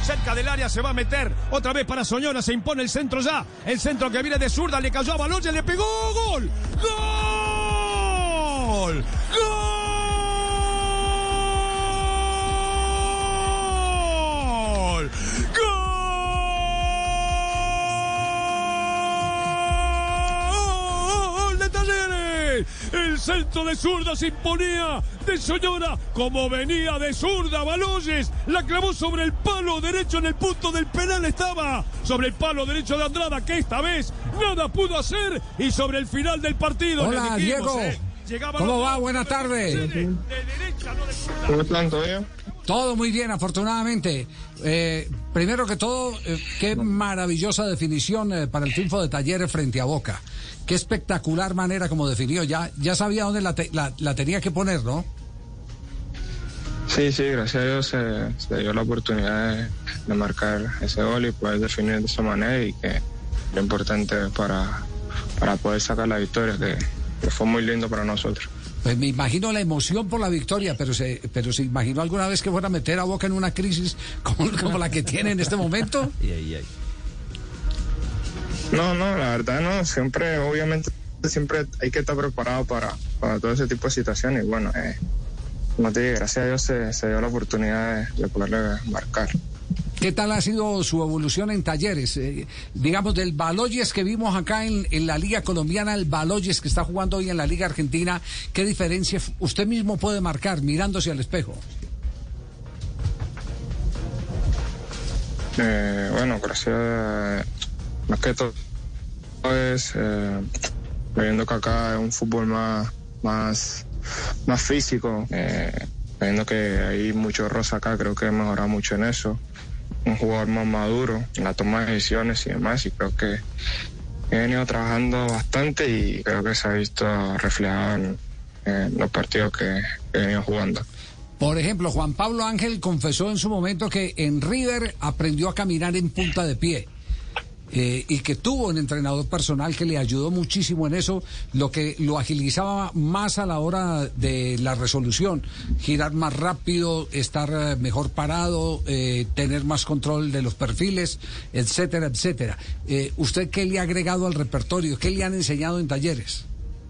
cerca del área, se va a meter otra vez para Soñora, se impone el centro ya, el centro que viene de zurda, le cayó a Baloyes, le pegó, ¡gol! ¡Gol! ¡Gol! ¡Gol de Talleres! El centro de zurda se imponía de Soñora, como venía de zurda Baloyes, la clavó sobre el palo derecho, en el punto del penal estaba, sobre el palo derecho de Andrada, que esta vez nada pudo hacer, y sobre el final del partido. Hola, Diego. ¿Cómo va? Buenas tardes. ¿Cómo están? ¿Todo bien? Todo muy bien, afortunadamente. Primero que todo, qué maravillosa definición para el triunfo de Talleres frente a Boca. Qué espectacular manera como definió. Ya sabía dónde la tenía que poner, ¿no? Sí, gracias a Dios se dio la oportunidad de marcar ese gol y poder definir de esa manera, y que lo importante para poder sacar la victoria, que fue muy lindo para nosotros. Pues me imagino la emoción por la victoria, pero se imaginó alguna vez que fuera a meter a Boca en una crisis como la que tiene en este momento. No, la verdad no, obviamente siempre hay que estar preparado para todo ese tipo de situaciones, y bueno, como te digo, gracias a Dios se dio la oportunidad de poderle marcar. ¿Qué tal ha sido su evolución en Talleres? Digamos, del Baloyes que vimos acá en la Liga Colombiana, el Baloyes que está jugando hoy en la Liga Argentina, ¿qué diferencia usted mismo puede marcar mirándose al espejo? Bueno, gracias, más que todo es viendo que acá es un fútbol más físico, viendo que hay mucho rosa acá, creo que he mejorado mucho en eso. Un jugador más maduro en la toma de decisiones y demás, y creo que he venido trabajando bastante y creo que se ha visto reflejado en los partidos que he venido jugando. Por ejemplo, Juan Pablo Ángel confesó en su momento que en River aprendió a caminar en punta de pie. Y que tuvo un entrenador personal que le ayudó muchísimo en eso, lo que lo agilizaba más a la hora de la resolución, girar más rápido, estar mejor parado, tener más control de los perfiles, etcétera, etcétera. ¿Usted qué le ha agregado al repertorio? ¿Qué le han enseñado en Talleres?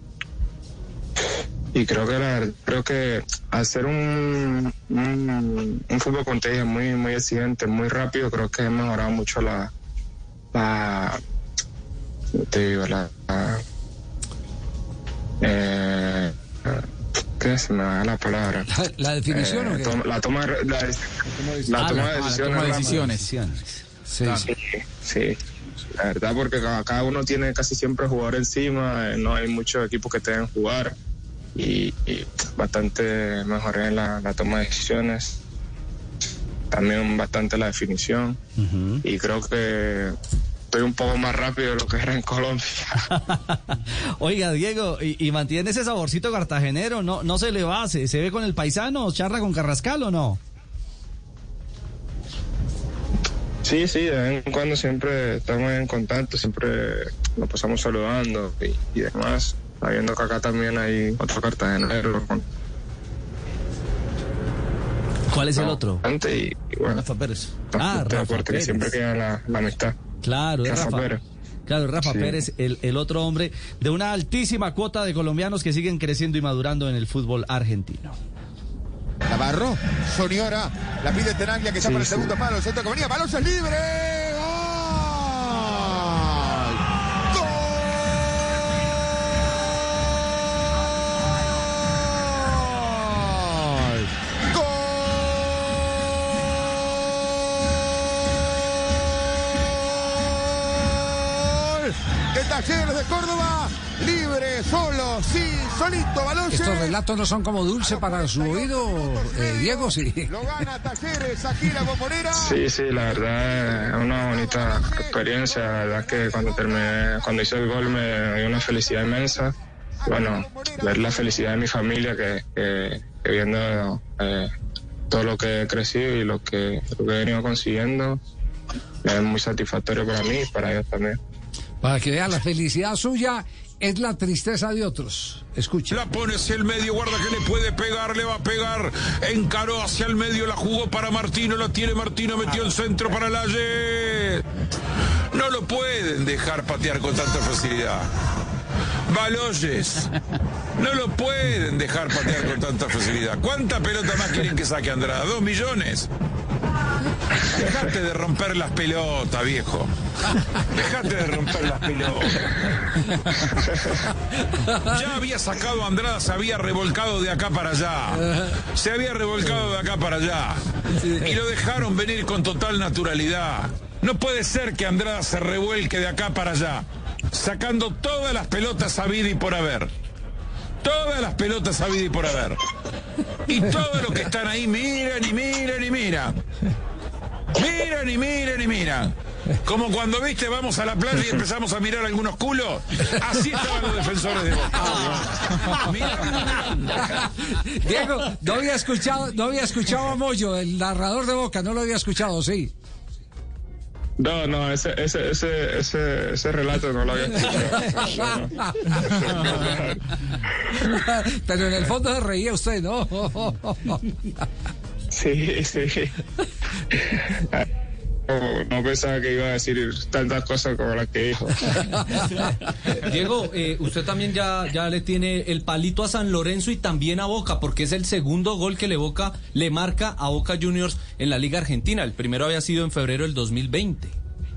Y creo que hacer un fútbol con Talleres muy exigente, muy rápido, creo que he mejorado mucho ¿qué se me da la palabra? ¿La definición o qué? La toma de decisiones. Sí. La verdad, porque cada uno tiene casi siempre jugador encima, no hay muchos equipos que te deben jugar, y bastante mejoré en la toma de decisiones, también bastante la definición, y creo que estoy un poco más rápido de lo que era en Colombia. Oiga, Diego, ¿y mantiene ese saborcito cartagenero? ¿No se le va? ¿Se ve con el paisano? ¿Charla con Carrascal o no? Sí, de vez en cuando siempre estamos en contacto, siempre nos pasamos saludando y demás, sabiendo que acá también hay otro cartagenero. ¿Cuál es el otro? Y bueno, Rafa Pérez. Rafa Pérez. Que siempre queda la amistad. Claro, es Rafa Pérez. Claro, Rafa Pérez, el otro hombre de una altísima cuota de colombianos que siguen creciendo y madurando en el fútbol argentino. Navarro, Soñora, la pide Tenaglia que está para el segundo palo, el centro que venía, Baloyes libre. Talleres de Córdoba, libre, solo, solito, Baloyes. Estos relatos no son como dulce para su oído, Diego, sí. Lo gana Talleres, aquí la Bombonera. Sí, la verdad es una bonita experiencia, la verdad que cuando hice el gol me dio una felicidad inmensa. Bueno, ver la felicidad de mi familia que viendo todo lo que he crecido y lo que he venido consiguiendo, es muy satisfactorio para mí y para ellos también. Para que vea la felicidad suya es la tristeza de otros. Escucha. La pone hacia el medio, guarda que le puede pegar, le va a pegar. Encaró hacia el medio, la jugó para Martino, la tiene Martino, metió el centro para Laye. No lo pueden dejar patear con tanta facilidad. Baloyes, no lo pueden dejar patear con tanta facilidad. ¿Cuánta pelota más quieren que saque Andrada? 2 millones. Dejate de romper las pelotas, viejo. Dejate de romper las pelotas. Ya había sacado a Andrada, se había revolcado de acá para allá. Se había revolcado de acá para allá. Y lo dejaron venir con total naturalidad. No puede ser que Andrada se revuelque de acá para allá, sacando todas las pelotas habidas y por haber. Todas las pelotas habidas y por haber. Y todos los que están ahí miran y miran y miran. Miran y miran y miran. Como cuando, viste, vamos a la playa y empezamos a mirar algunos culos. Así estaban los defensores de Boca. Diego, no había escuchado a Moyo, el narrador de Boca, no lo había escuchado, sí. No, ese relato no lo había escuchado. Pero en el fondo se reía usted, ¿no? Sí. No pensaba que iba a decir tantas cosas como las que dijo. Diego, usted también ya le tiene el palito a San Lorenzo y también a Boca, porque es el segundo gol que le marca a Boca Juniors en la Liga Argentina. El primero había sido en febrero del 2020.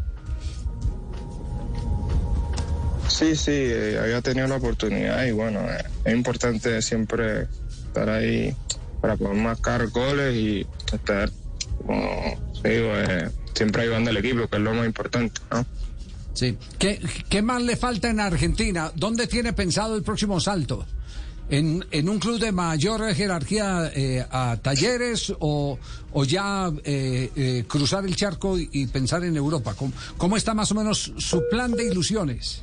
Sí, había tenido la oportunidad y bueno, es importante siempre estar ahí para poder marcar goles y estar, como digo, siempre ayudando al equipo, que es lo más importante, ¿no? Sí. ¿Qué más le falta en Argentina? ¿Dónde tiene pensado el próximo salto? ¿En un club de mayor jerarquía a Talleres o ya cruzar el charco y pensar en Europa? ¿Cómo está más o menos su plan de ilusiones?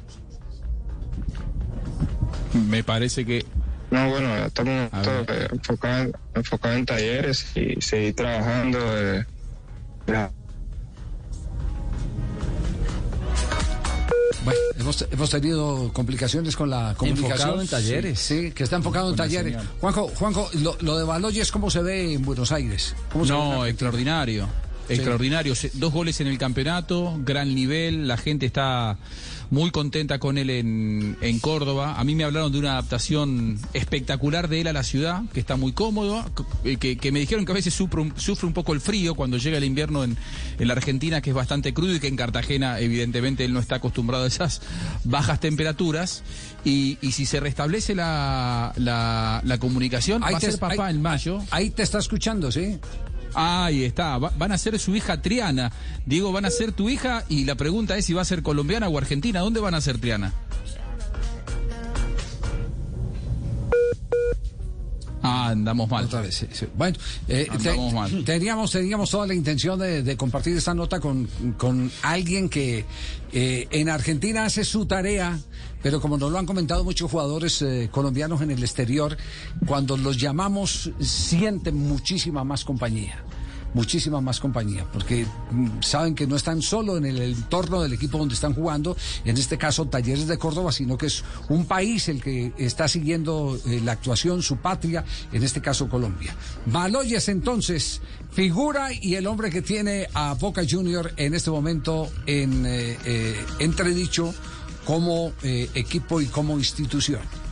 Me parece que... No, bueno, estamos enfocados en Talleres y seguir trabajando. Bueno, hemos tenido complicaciones con la comunicación. Enfocado en Talleres. Sí, que está enfocado en Talleres. Juanjo, lo de Baloyes, ¿cómo se ve en Buenos Aires? No, extraordinario. Extraordinario. 2 goles en el campeonato, gran nivel, la gente está muy contenta con él en Córdoba. A mí me hablaron de una adaptación espectacular de él a la ciudad, que está muy cómodo, que me dijeron que a veces sufre un poco el frío cuando llega el invierno en la Argentina, que es bastante crudo, y que en Cartagena evidentemente él no está acostumbrado a esas bajas temperaturas. Y si se restablece la comunicación, va a ser papá en mayo. Ahí te está escuchando, ¿sí? Ahí está, van a ser su hija Triana. Diego, van a ser tu hija y la pregunta es si va a ser colombiana o argentina. ¿Dónde van a ser Triana? Andamos mal. Otra vez, sí. Bueno, andamos mal. Teníamos toda la intención de compartir esta nota con alguien que en Argentina hace su tarea, pero como nos lo han comentado muchos jugadores colombianos en el exterior, cuando los llamamos sienten muchísima más compañía, porque saben que no están solo en el entorno del equipo donde están jugando, en este caso Talleres de Córdoba, sino que es un país el que está siguiendo la actuación, su patria, en este caso Colombia. Baloyes, entonces, figura y el hombre que tiene a Boca Junior en este momento en entredicho como equipo y como institución.